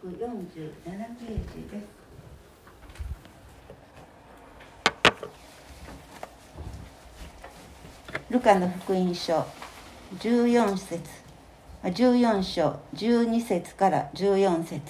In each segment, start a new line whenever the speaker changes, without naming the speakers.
ページです。ルカの福音書14章12節から14節。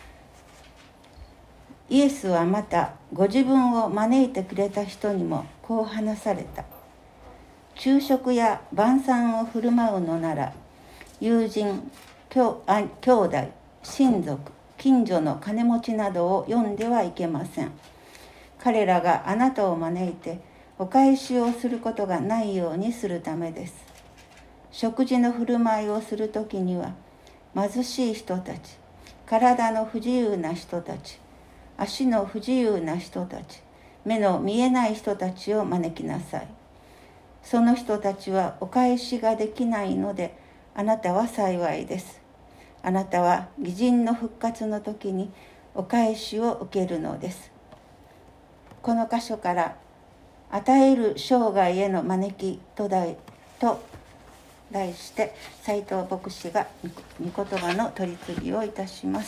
イエスはまたご自分を招いてくれた人にもこう話された。昼食や晩餐を振る舞うのなら、友人、兄弟、親族、近所の金持ちなどを呼んではいけません。彼らがあなたを招いてお返しをすることがないようにするためです。食事の振る舞いをするときには、貧しい人たち、体の不自由な人たち、足の不自由な人たち、目の見えない人たちを招きなさい。その人たちはお返しができないので、あなたは幸いです。あなたは義人の復活の時にお返しを受けるのです。この箇所から、与える生涯への招きと題して、斉藤牧師が御言葉の取り次ぎをいたします。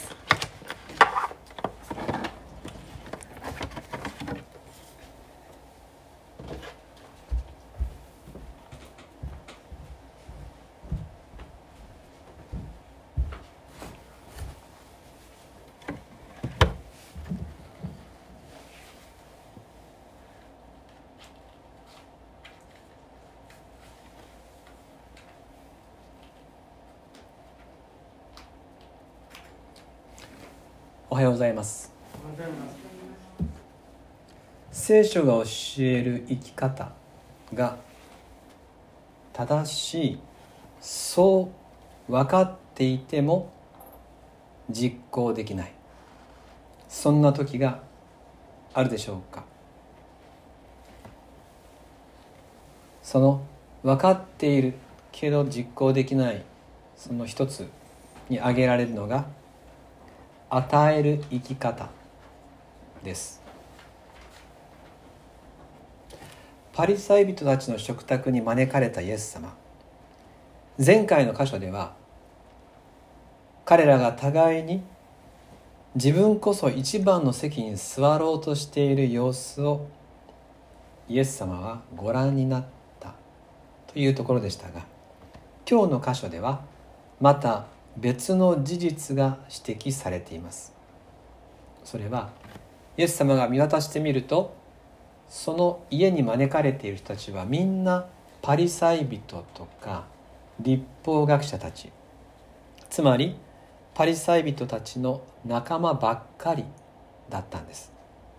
おはようございます。聖書が教える生き方が正しい、そう分かっていても実行できない、そんな時があるでしょうか。その分かっているけど実行できない、その一つに挙げられるのが与える生き方です。パリサイ人たちの食卓に招かれたイエス様、前回の箇所では彼らが互いに自分こそ一番の席に座ろうとしている様子をイエス様はご覧になったというところでしたが、今日の箇所ではまた別の事実が指摘されています。それはイエス様が見渡してみると、その家に招かれている人たちはみんなパリサイ人とか律法学者たち、つまりパリサイ人たちの仲間ばっかりだったんです。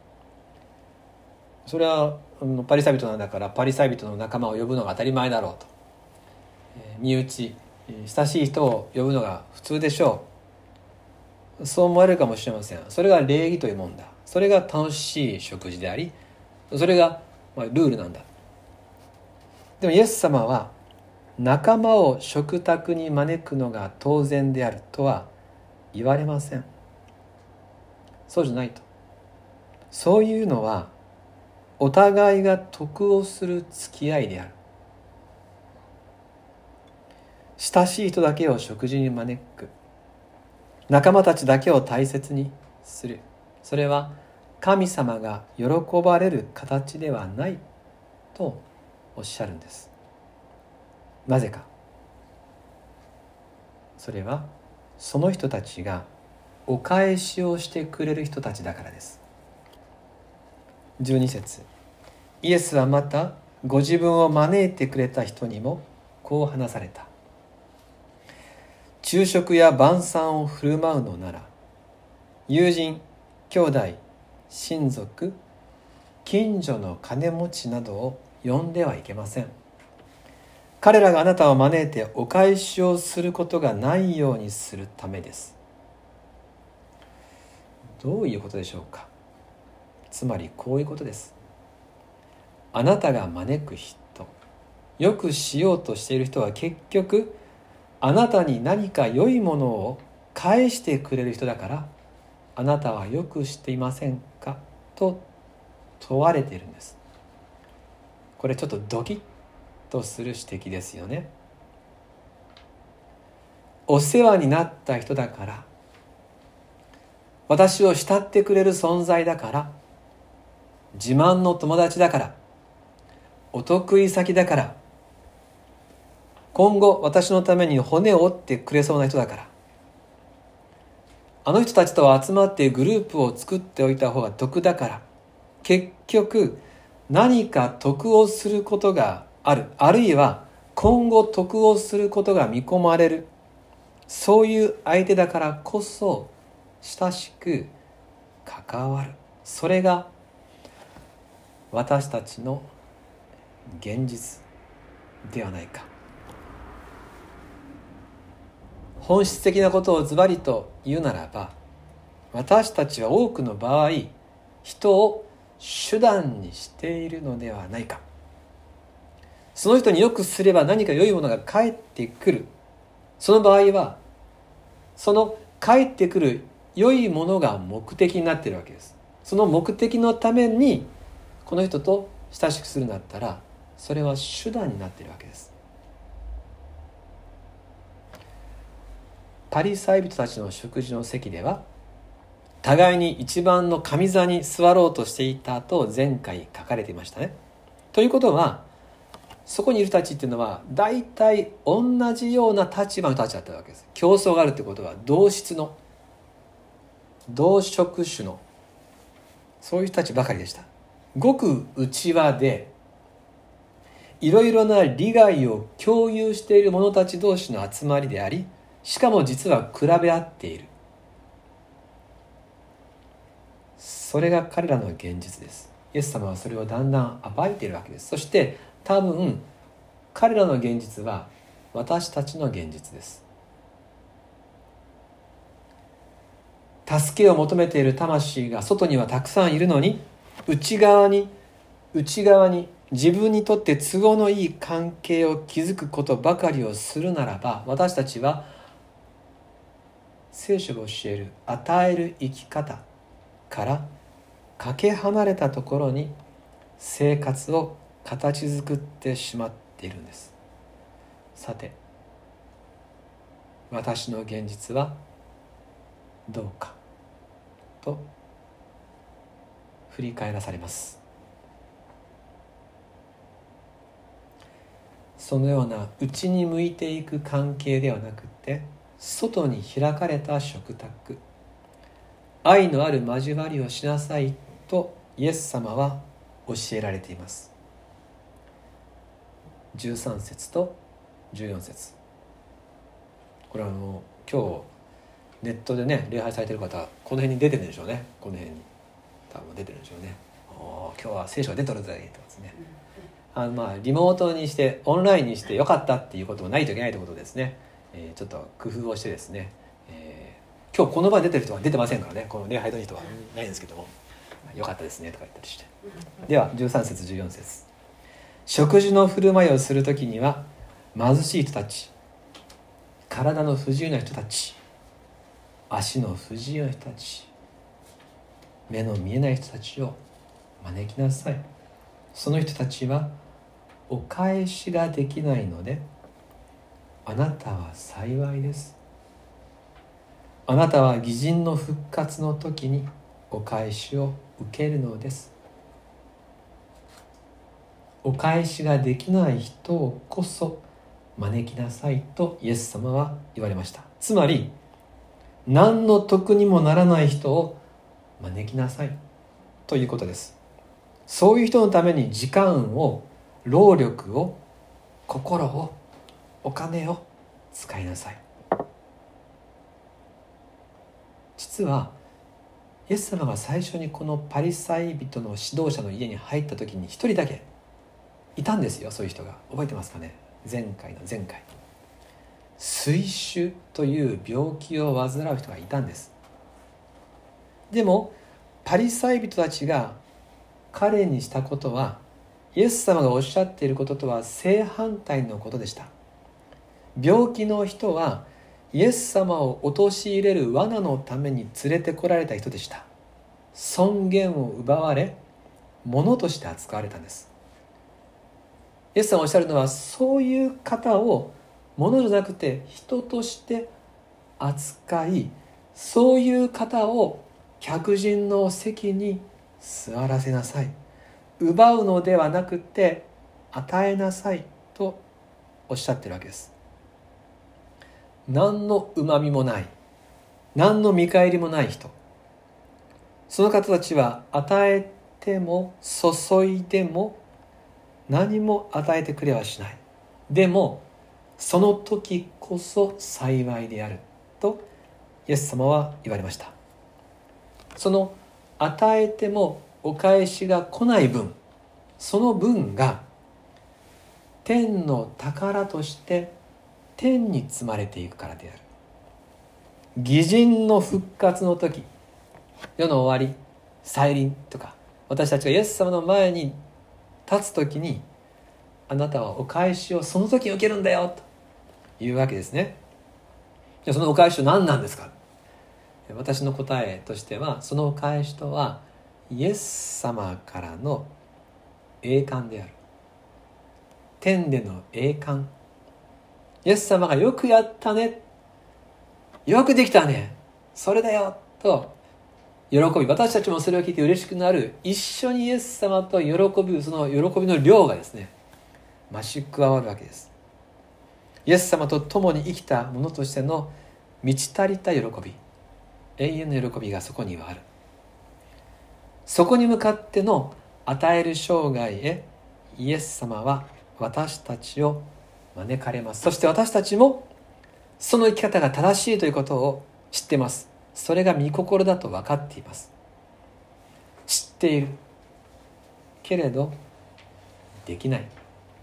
それはパリサイ人なんだからパリサイ人の仲間を呼ぶのが当たり前だろうと、身内親しい人を呼ぶのが普通でしょう、そう思われるかもしれません。それが礼儀というもんだ、それが楽しい食事であり、それがルールなんだ。でもイエス様は仲間を食卓に招くのが当然であるとは言われません。そうじゃないと。そういうのはお互いが得をする付き合いである。親しい人だけを食事に招く、仲間たちだけを大切にする、それは神様が喜ばれる形ではないとおっしゃるんです。なぜか。それはその人たちがお返しをしてくれる人たちだからです。12節、イエスはまたご自分を招いてくれた人にもこう話された。昼食や晩餐を振る舞うのなら、友人、兄弟、親族、近所の金持ちなどを呼んではいけません。彼らがあなたを招いてお返しをすることがないようにするためです。どういうことでしょうか。つまりこういうことです。あなたが招く人、よくしようとしている人は結局あなたに何か良いものを返してくれる人だから、あなたはよくしていませんかと問われているんです。これちょっとドキッとする指摘ですよね。お世話になった人だから私を慕ってくれる存在だから、自慢の友達だから、お得意先だから、今後私のために骨を折ってくれそうな人だから、あの人たちと集まってグループを作っておいた方が得だから、結局何か得をすることがある、あるいは今後得をすることが見込まれる、そういう相手だからこそ親しく関わる。それが私たちの現実ではないか。本質的なことをズバリと言うならば、私たちは多くの場合、人を手段にしているのではないか。その人によくすれば何か良いものが返ってくる。その場合は、その返ってくる良いものが目的になっているわけです。その目的のためにこの人と親しくするんだったら、それは手段になっているわけです。パリサイ人たちの食事の席では、互いに一番の上座に座ろうとしていたと前回書かれていましたね。ということは、そこにいる人たちっていうのは大体同じような立場の人たちだったわけです。競争があるってことは、同質の、同職種の、そういう人たちばかりでした。ごく内輪でいろいろな利害を共有している者たち同士の集まりであり、しかも実は比べ合っている。それが彼らの現実です。イエス様はそれをだんだん暴いているわけです。そして多分彼らの現実は私たちの現実です。助けを求めている魂が外にはたくさんいるのに、内側に自分にとって都合のいい関係を築くことばかりをするならば、私たちは聖書が教える与える生き方からかけ離れたところに生活を形作ってしまっているんです。さて、私の現実はどうかと振り返らされます。そのような内に向いていく関係ではなくて、外に開かれた食卓、愛のある交わりをしなさいとイエス様は教えられています。13節と14節、これは今日ネットでね礼拝されている方はこの辺に出てるんでしょうね。この辺に多分出てるんでしょうね。今日は聖書が出とるぜとかですね。リモートにしてオンラインにしてよかったっていうこともないといけないということですね。ちょっと工夫をしてですね、今日この場に出てる人は出てませんからね、この礼拝の人はないんですけども、よかったですねとか言ったりして。では13節14節、食事の振る舞いをするときには貧しい人たち、体の不自由な人たち、足の不自由な人たち、目の見えない人たちを招きなさい。その人たちはお返しができないので、あなたは幸いです。あなたは義人の復活の時にお返しを受けるのです。お返しができない人をこそ招きなさいとイエス様は言われました。つまり、何の得にもならない人を招きなさいということです。そういう人のために時間を、労力を、心を、お金を使いなさい。実はイエス様が最初にこのパリサイ人の指導者の家に入った時に一人だけいたんですよ。そういう人が覚えてますかね。前回水腫という病気を患う人がいたんです。でもパリサイ人たちが彼にしたことは、イエス様がおっしゃっていることとは正反対のことでした。病気の人はイエス様を陥れる罠のために連れてこられた人でした。尊厳を奪われ、物として扱われたんです。イエス様がおっしゃるのは、そういう方を物じゃなくて人として扱い、そういう方を客人の席に座らせなさい。奪うのではなくて与えなさいとおっしゃってるわけです。何のうまみもない、何の見返りもない人、その方たちは与えても注いでも何も与えてくれはしない。でもその時こそ幸いであるとイエス様は言われました。その与えてもお返しが来ない分、その分が天の宝として天に積まれていくからである。義人の復活の時、世の終わり、再臨とか、私たちがイエス様の前に立つ時に、あなたはお返しをその時に受けるんだよというわけですね。じゃあそのお返しは何なんですか。私の答えとしては、そのお返しとはイエス様からの栄冠である。天での栄冠。イエス様がよくやったね、よくできたね、それだよと喜び、私たちもそれを聞いて嬉しくなる、一緒にイエス様と喜ぶ、その喜びの量がですね、増し加わるわけです。イエス様と共に生きたものとしての満ち足りた喜び、永遠の喜びがそこにはある。そこに向かっての与える生涯へイエス様は私たちを招かれます。そして私たちもその生き方が正しいということを知っています。それが御心だと分かっています。知っているけれどできない。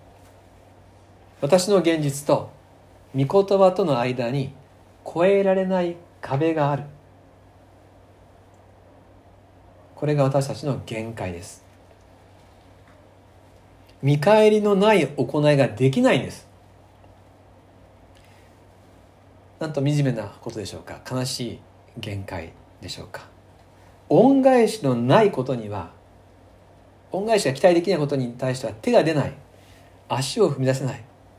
私の現実と御言葉との間に越えられない壁がある。これが私たちの限界です。見返りのない行いができないんです。なんと惨めなことでしょうか。悲しい限界でしょうか。恩返しのないことには、恩返しが期待できないことに対しては手が出ない、足を踏み出せない。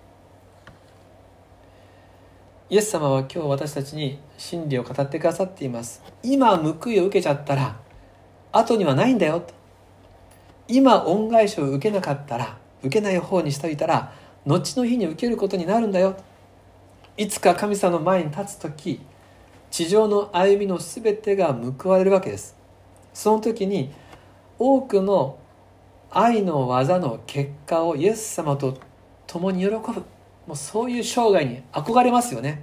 イエス様は今日私たちに真理を語ってくださっています。今報いを受けちゃったら後にはないんだよと。今恩返しを受けなかったら、受けない方にしておいたら後の日に受けることになるんだよと。いつか神様の前に立つとき、地上の歩みのすべてが報われるわけです。その時に多くの愛の技の結果をイエス様と共に喜ぶ、もうそういう生涯に憧れますよね。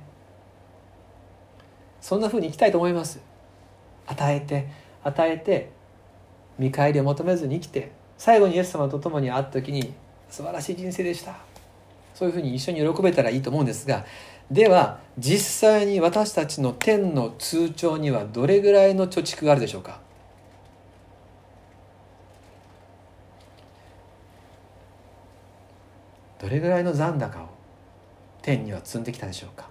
そんな風に生きたいと思います。与えて見返りを求めずに生きて、最後にイエス様と共に会った時に素晴らしい人生でした、そういう風に一緒に喜べたらいいと思うんですが、では実際に私たちの天の通帳にはどれぐらいの貯蓄があるでしょうか。どれぐらいの残高を天には積んできたでしょうか。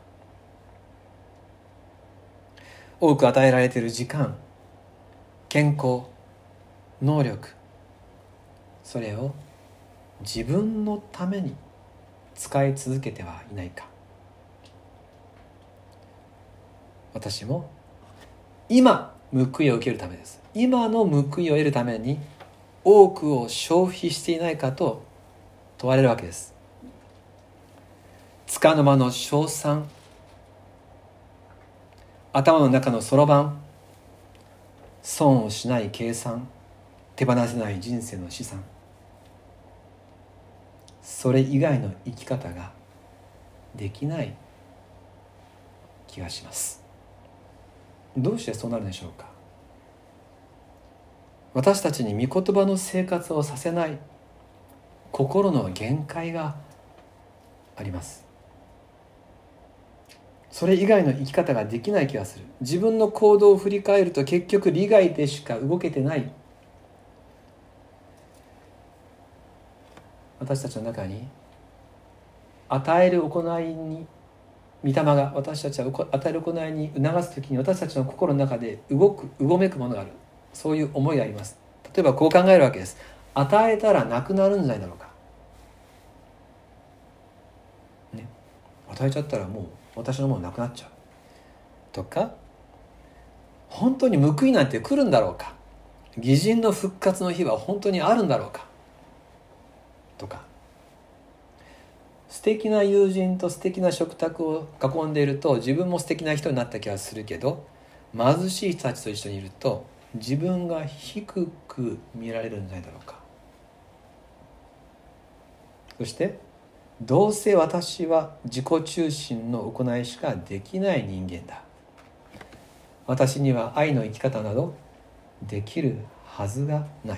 多く与えられている時間、健康、能力、それを自分のために使い続けてはいないか。私も今報いを受けるためです。今の報いを得るために多くを消費していないかと問われるわけです。束の間の称賛、頭の中のそろばん、損をしない計算、手放せない人生の資産、それ以外の生き方ができない気がします。どうしてそうなるでしょうか。私たちに御言葉の生活をさせない心の限界があります。それ以外の生き方ができない気がする。自分の行動を振り返ると結局利害でしか動けてない。私たちの中に与える行いに、御霊が私たちは与える行いに促すときに私たちの心の中でうごめくものがある。そういう思いがあります。例えばこう考えるわけです。与えたらなくなるんじゃないだろうか、ね、与えちゃったらもう私のものなくなっちゃうとか、 本当に報いなんて来るんだろうか、義人の復活の日は本当にあるんだろうかとか、素敵な友人と素敵な食卓を囲んでいると自分も素敵な人になった気がするけど、貧しい人たちと一緒にいると自分が低く見られるんじゃないだろうか。そしてどうせ私は自己中心の行いしかできない人間だ、私には愛の生き方などできるはずがない、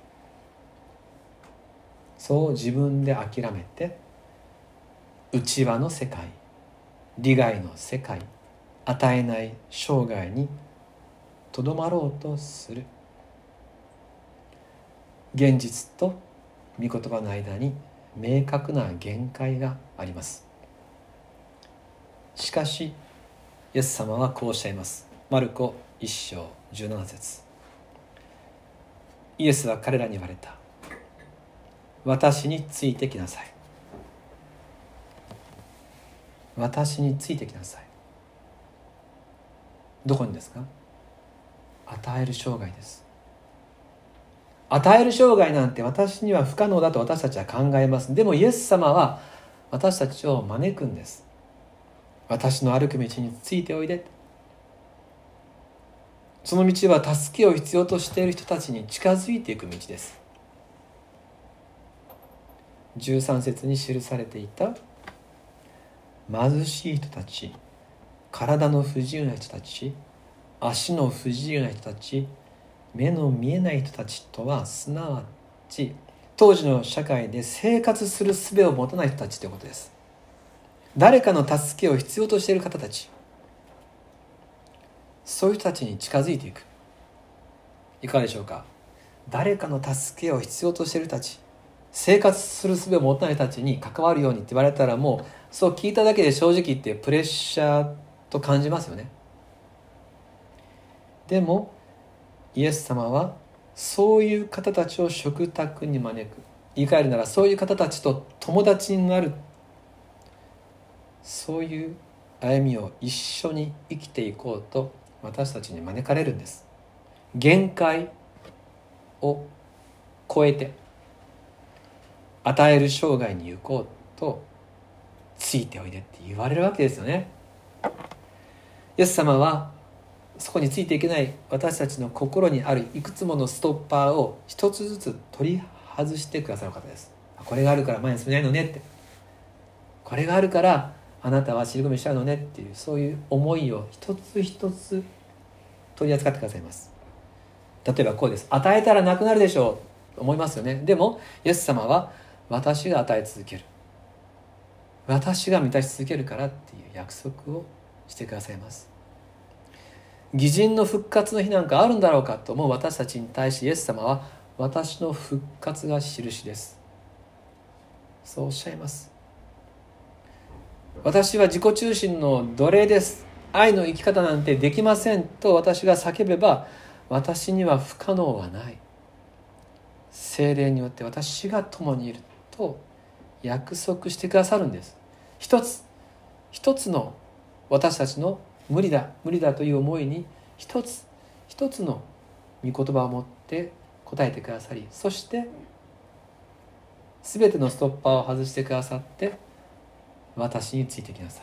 そう自分で諦めて内輪の世界、利害の世界、与えない生涯にとどまろうとする。現実と御言葉の間に明確な限界があります。しかしイエス様はこうおっしゃいます。マルコ1章17節、イエスは彼らに言われた。私についてきなさい。私についてきなさい。どこにですか？与える生涯です。与える生涯なんて私には不可能だと私たちは考えます。でもイエス様は私たちを招くんです。私の歩く道についておいで。その道は助けを必要としている人たちに近づいていく道です。13節に記されていた貧しい人たち、体の不自由な人たち、足の不自由な人たち、目の見えない人たちとはすなわち当時の社会で生活する術を持たない人たちということです。誰かの助けを必要としている方たち、そういう人たちに近づいていく。いかがでしょうか？誰かの助けを必要としている人たち、生活する術を持たない人たちに関わるようにって言われたら、もうそう聞いただけで正直言ってプレッシャーと感じますよね。でもイエス様はそういう方たちを食卓に招く、言い換えるならそういう方たちと友達になる、そういう歩みを一緒に生きていこうと私たちに招かれるんです。限界を超えて与える生涯に行こうとついておいでって言われるわけですよね。イエス様はそこについていけない私たちの心にあるいくつものストッパーを一つずつ取り外してくださる方です。これがあるから前に進めないのねって、これがあるからあなたは尻込みしちゃうのねっていう、そういう思いを一つ一つ取り扱ってくださいます。例えばこうです。与えたらなくなるでしょうと思いますよね。でもイエス様は私が与え続ける、私が満たし続けるからっていう約束をしてくださいます。義人の復活の日なんかあるんだろうかと思う私たちに対しイエス様は私の復活が印です、そうおっしゃいます。私は自己中心の奴隷です、愛の生き方なんてできませんと私が叫べば、私には不可能はない、聖霊によって私が共にいると約束してくださるんです。一つの私たちの無理だという思いに一つの御言葉を持って答えてくださり、そして全てのストッパーを外してくださって私についてきなさい、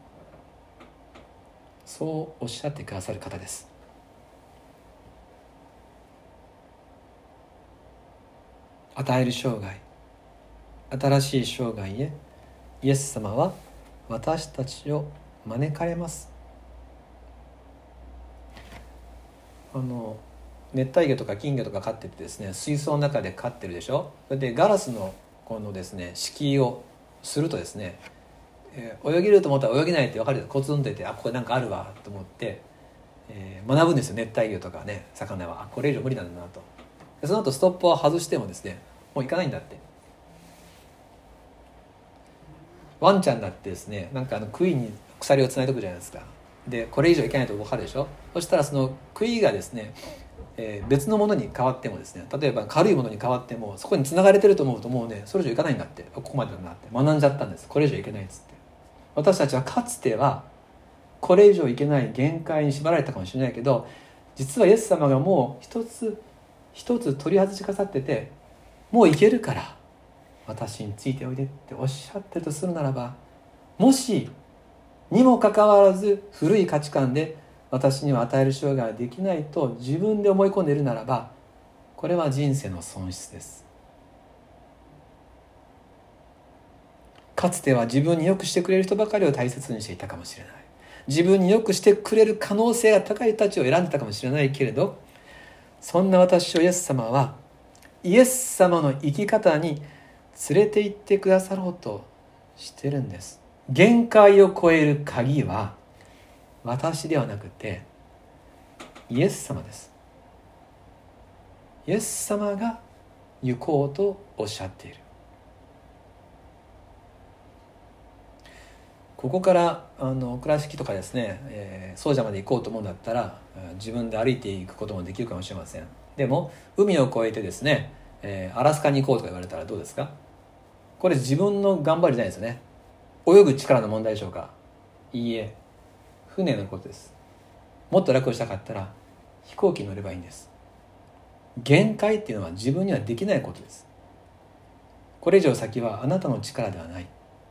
そうおっしゃってくださる方です。与える生涯、新しい生涯へイエス様は私たちを招かれます。熱帯魚とか金魚とか飼っててですね、水槽の中で飼ってるでしょ。それでガラスのこのですね敷居をするとですね、泳げると思ったら泳げないって分かる。コツンと言って、ここなんかあるわと思って、学ぶんですよ。熱帯魚とかね魚はこれ以上無理なんだなと。その後ストップを外してもですね、もう行かないんだって。ワンちゃんだってですね、なんか杭に鎖をつないでおくじゃないですか。でこれ以上いけないと分かるでしょ。そしたらその杭がですね、別のものに変わってもですね、例えば軽いものに変わってもそこに繋がれてると思うともうねそれ以上いかないんだって、ここまでだなって学んじゃったんです。これ以上いけないっつって。私たちはかつてはこれ以上いけない限界に縛られたかもしれないけど、実はイエス様がもう一つ一つ取り外しかさってて、もういけるから私についておいでっておっしゃってるとするならば、もしにもかかわらず古い価値観で私には与える生涯ができないと自分で思い込んでいるならば、これは人生の損失です。かつては自分によくしてくれる人ばかりを大切にしていたかもしれない。自分によくしてくれる可能性が高い人たちを選んでたかもしれないけれど、そんな私をイエス様はイエス様の生き方に連れて行ってくださろうとしてるんです。限界を超える鍵は私ではなくてイエス様です。イエス様が行こうとおっしゃっている。ここから倉敷とかですね、総社まで行こうと思うんだったら自分で歩いていくこともできるかもしれません。でも海を越えてですね、アラスカに行こうとか言われたらどうですか？これ自分の頑張りじゃないですよね。泳ぐ力の問題でしょうか？いいえ、船のことです。もっと楽をしたかったら飛行機に乗ればいいんです。限界っていうのは自分にはできないことです。これ以上先はあなたの力ではない。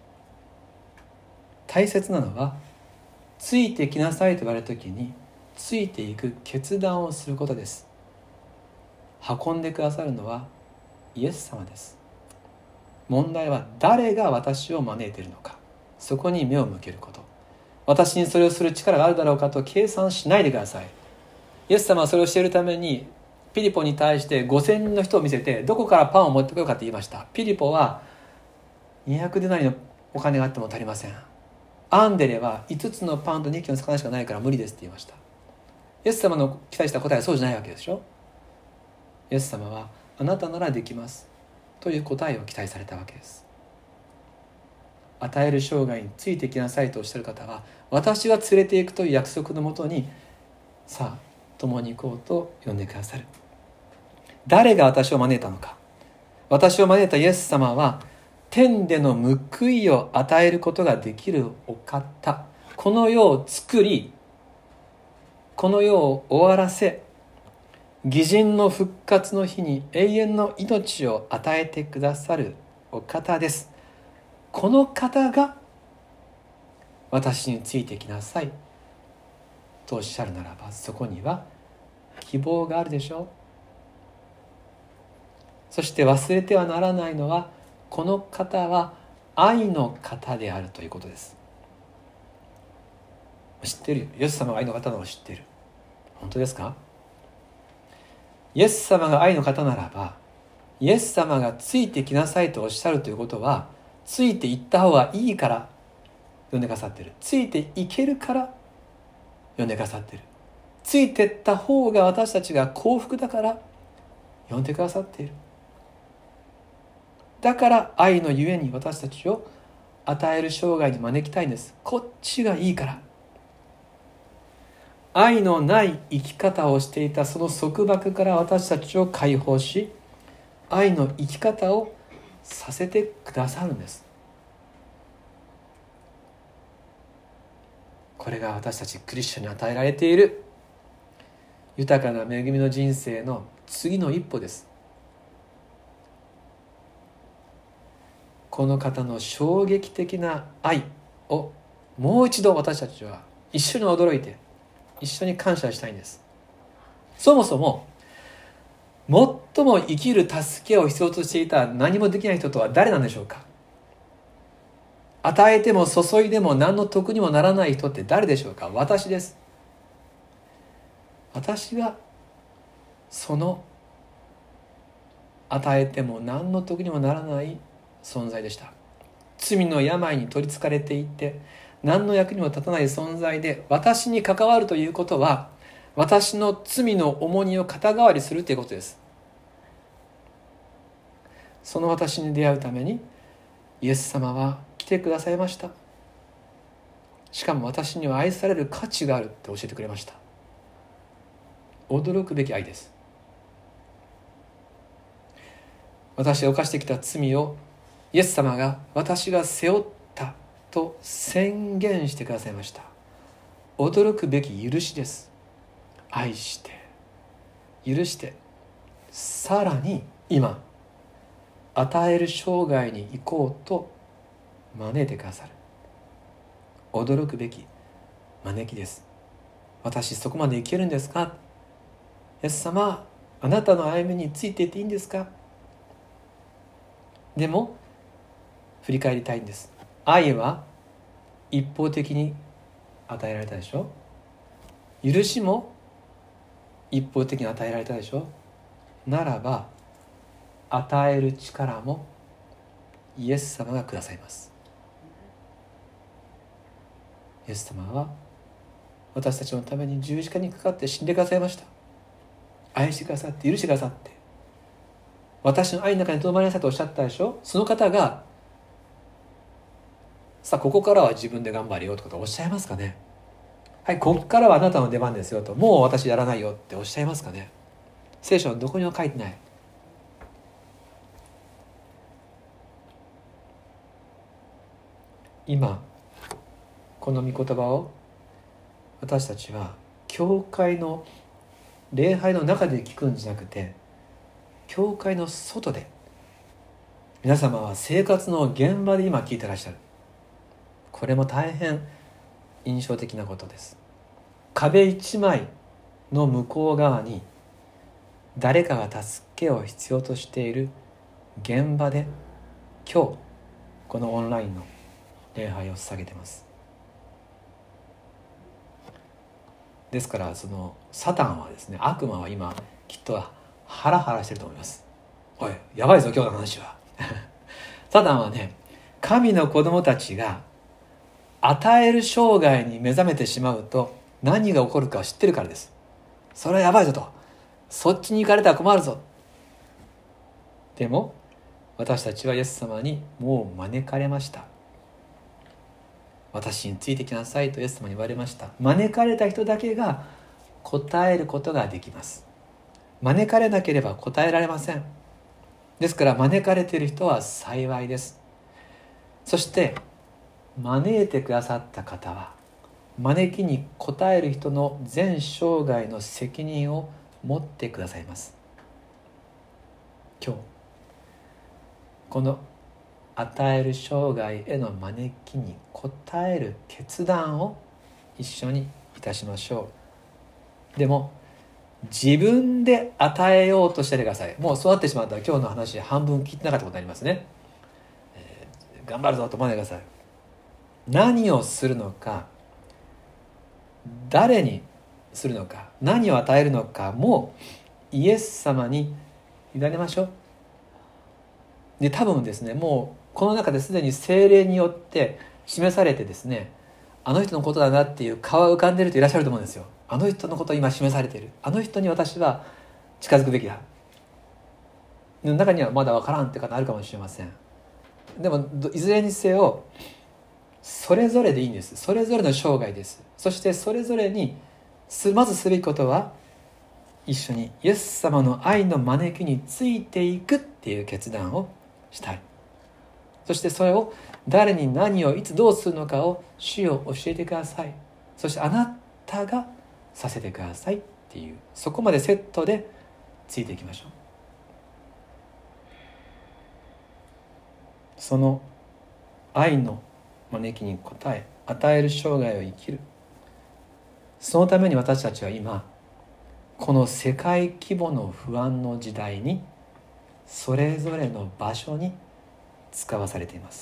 大切なのはついてきなさいと言われた時についていく決断をすることです。運んでくださるのはイエス様です。問題は誰が私を招いているのか、そこに目を向けること。私にそれをする力があるだろうかと計算しないでください。イエス様はそれをしているためにピリポに対して5000人の人を見せて、どこからパンを持ってこようかと言いました。ピリポは200デナリのお金があっても足りません。アンデレは5つのパンと2匹の魚しかないから無理ですって言いました。イエス様の期待した答えはそうじゃないわけでしょ。イエス様はあなたならできますという答えを期待されたわけです。与える生涯についてきなさいとおっしゃる方は、私が連れていくという約束のもとにさあ共に行こうと呼んでくださる。誰が私を招いたのか。私を招いたイエス様は天での報いを与えることができるお方。この世を作り、この世を終わらせ、義人の復活の日に永遠の命を与えてくださるお方です。この方が私についてきなさいとおっしゃるならば、そこには希望があるでしょう。そして忘れてはならないのは、この方は愛の方であるということです。知ってるよ。イエス様が愛の方なのを知っている。本当ですか？イエス様が愛の方ならば、イエス様がついてきなさいとおっしゃるということは、ついていった方がいいから呼んでくださっている。ついていけるから呼んでくださっている。ついていった方が私たちが幸福だから呼んでくださっている。だから愛のゆえに私たちを与える生涯に招きたいんです。こっちがいいから。愛のない生き方をしていたその束縛から私たちを解放し、愛の生き方をさせてくださるんです。これが私たちクリスチャンに与えられている豊かな恵みの人生の次の一歩です。この方の衝撃的な愛をもう一度私たちは一緒に驚いて一緒に感謝したいんです。そもそも最も生きる助けを必要としていた何もできない人とは誰なんでしょうか？与えても注いでも何の得にもならない人って誰でしょうか？私です。私がその与えても何の得にもならない存在でした。罪の病に取りつかれていて何の役にも立たない存在で、私に関わるということは私の罪の重荷を肩代わりするということです。その私に出会うためにイエス様は来てくださいました。しかも私には愛される価値があるって教えてくれました。驚くべき愛です。私が犯してきた罪をイエス様が私が背負ったと宣言してくださいました。 驚くべき許しです。愛して許してさらに今与える生涯に行こうと招いてくださる驚くべき招きです。私そこまで行けるんですか？イエス様、あなたの歩みについていっていいんですか？でも振り返りたいんです。愛は一方的に与えられたでしょ。許しも一方的に与えられたでしょ。ならば与える力もイエス様がくださいます。イエス様は私たちのために十字架にかかって死んでくださいました。愛してくださって許してくださって私の愛の中にとどまりなさいとおっしゃったでしょ。その方がさあここからは自分で頑張れよとかおっしゃいますかね。はい、ここからはあなたの出番ですよと、もう私やらないよっておっしゃいますかね。聖書はどこにも書いてない。今この御言葉を私たちは教会の礼拝の中で聞くんじゃなくて、教会の外で皆様は生活の現場で今聞いてらっしゃる。これも大変印象的なことです。壁一枚の向こう側に誰かが助けを必要としている現場で今日このオンラインの礼拝を捧げています。ですからそのサタンはですね、悪魔は今きっとハラハラしてると思います。おいやばいぞ今日の話はサタンはね、神の子供たちが与える生涯に目覚めてしまうと何が起こるかを知ってるからです。それはやばいぞと、そっちに行かれたら困るぞ。でも私たちはイエス様にもう招かれました。私についてきなさいとイエス様に言われました。招かれた人だけが答えることができます。招かれなければ答えられません。ですから招かれている人は幸いです。そして招いてくださった方は招きに応える人の全生涯の責任を持ってくださいます。今日この与える生涯への招きに応える決断を一緒にいたしましょう。でも自分で与えようとしてください。もうそうなってしまったら今日の話半分聞いてなかったことになりますね。頑張るぞと思わないでください。何をするのか、誰にするのか、何を与えるのかもイエス様に委ねましょう。で多分ですね、もうこの中ですでに聖霊によって示されてですね、あの人のことだなっていう顔が浮かんでいる人いらっしゃると思うんですよ。あの人のことを今示されている、あの人に私は近づくべきだ。中にはまだ分からんって方あるかもしれません。でもいずれにせよそれぞれでいいんです。それぞれの生涯です。そしてそれぞれにまずすべきことは一緒にイエス様の愛の招きについていくっていう決断をしたい。そしてそれを誰に何をいつどうするのかを主よ教えてください。そしてあなたがさせてくださいっていう、そこまでセットでついていきましょう。その愛の招きに応え与える生涯を生きる。そのために私たちは今この世界規模の不安の時代にそれぞれの場所に使わされています。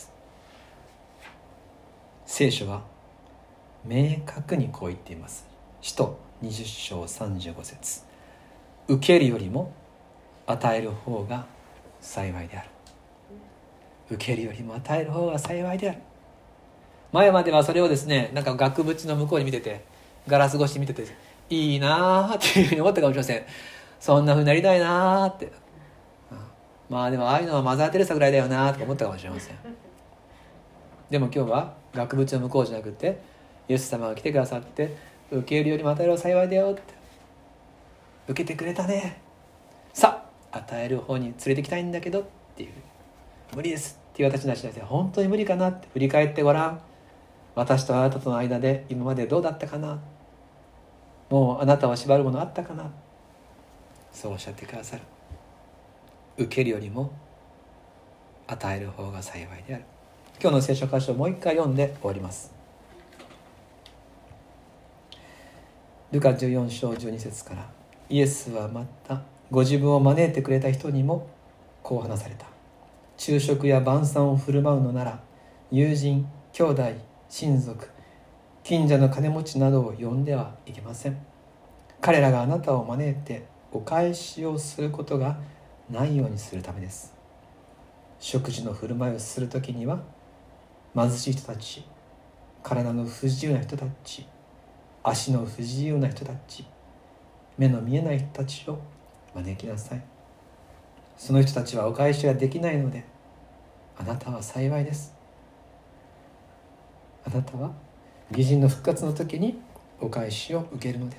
聖書は明確にこう言っています。使徒20章35節、受けるよりも与える方が幸いである。受けるよりも与える方が幸いである。前まではそれをですね、なんか額縁の向こうに見てて、ガラス越しに見てていいなーっていうふうに思ったかもしれません。そんなふうになりたいなーって、まあでもああいうのはマザー・テレサぐらいだよなーとか思ったかもしれません。でも今日は額縁の向こうじゃなくて、イエス様が来てくださって、受けるよりも与える方が幸いだよって、受けてくれたね、さあ与える方に連れてきたいんだけどっていう、無理ですっていう私たちは本当に無理かなって振り返ってごらん。 私とあなたとの間で今までどうだったかな、もうあなたを縛るものあったかな、そうおっしゃってくださる。受けるよりも与える方が幸いである。今日の聖書箇所をもう一回読んで終わります。ルカ14章12節から、イエスはまたご自分を招いてくれた人にもこう話された。昼食や晩餐を振る舞うのなら、友人、兄弟、親族、近所の金持ちなどを呼んではいけません。彼らがあなたを招いてお返しをすることがないようにするためです。食事の振る舞いをするときには、貧しい人たち、体の不自由な人たち、足の不自由な人たち、目の見えない人たちを招きなさい。その人たちはお返しができないので、あなたは幸いです。あなたは義人の復活の時にお返しを受けるのです。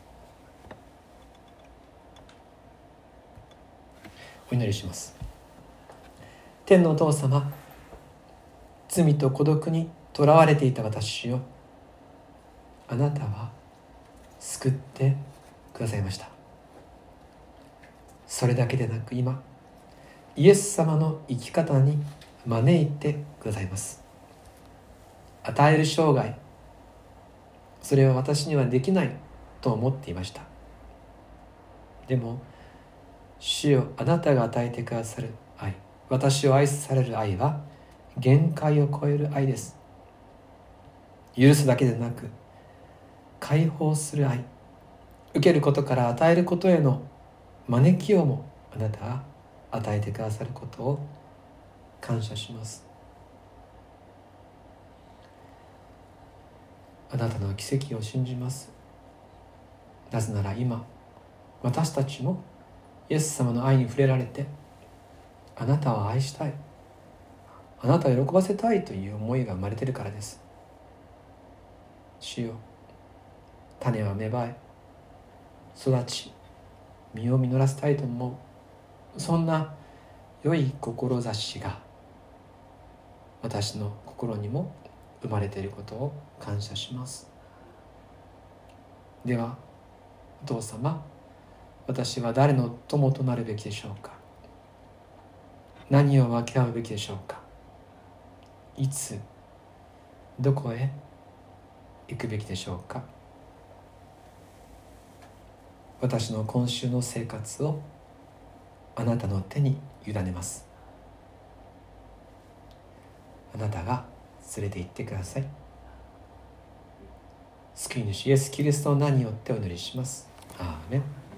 お祈りします。天のお父様、罪と孤独にとらわれていた私をあなたは救ってくださいました。それだけでなく、今イエス様の生き方に招いてくださいます。与える生涯、それは私にはできないと思っていました。でも主よ、あなたが与えてくださる愛、私を愛される愛は限界を超える愛です。許すだけでなく解放する愛、受けることから与えることへの招きをもあなたが与えてくださることを感謝します。あなたの奇跡を信じます。なぜなら今私たちもイエス様の愛に触れられて、あなたを愛したい、あなたを喜ばせたいという思いが生まれているからです。主よ、種は芽生え育ち実を実らせたいと思う、そんな良い志が私の心にも生まれていることを感謝します。ではお父様、私は誰の友となるべきでしょうか。何を分け合うべきでしょうか。いつどこへ行くべきでしょうか。私の今週の生活をあなたの手に委ねます。あなたが連れて行ってください。救い主イエス・キリストの名によってお祈りします。アーメン。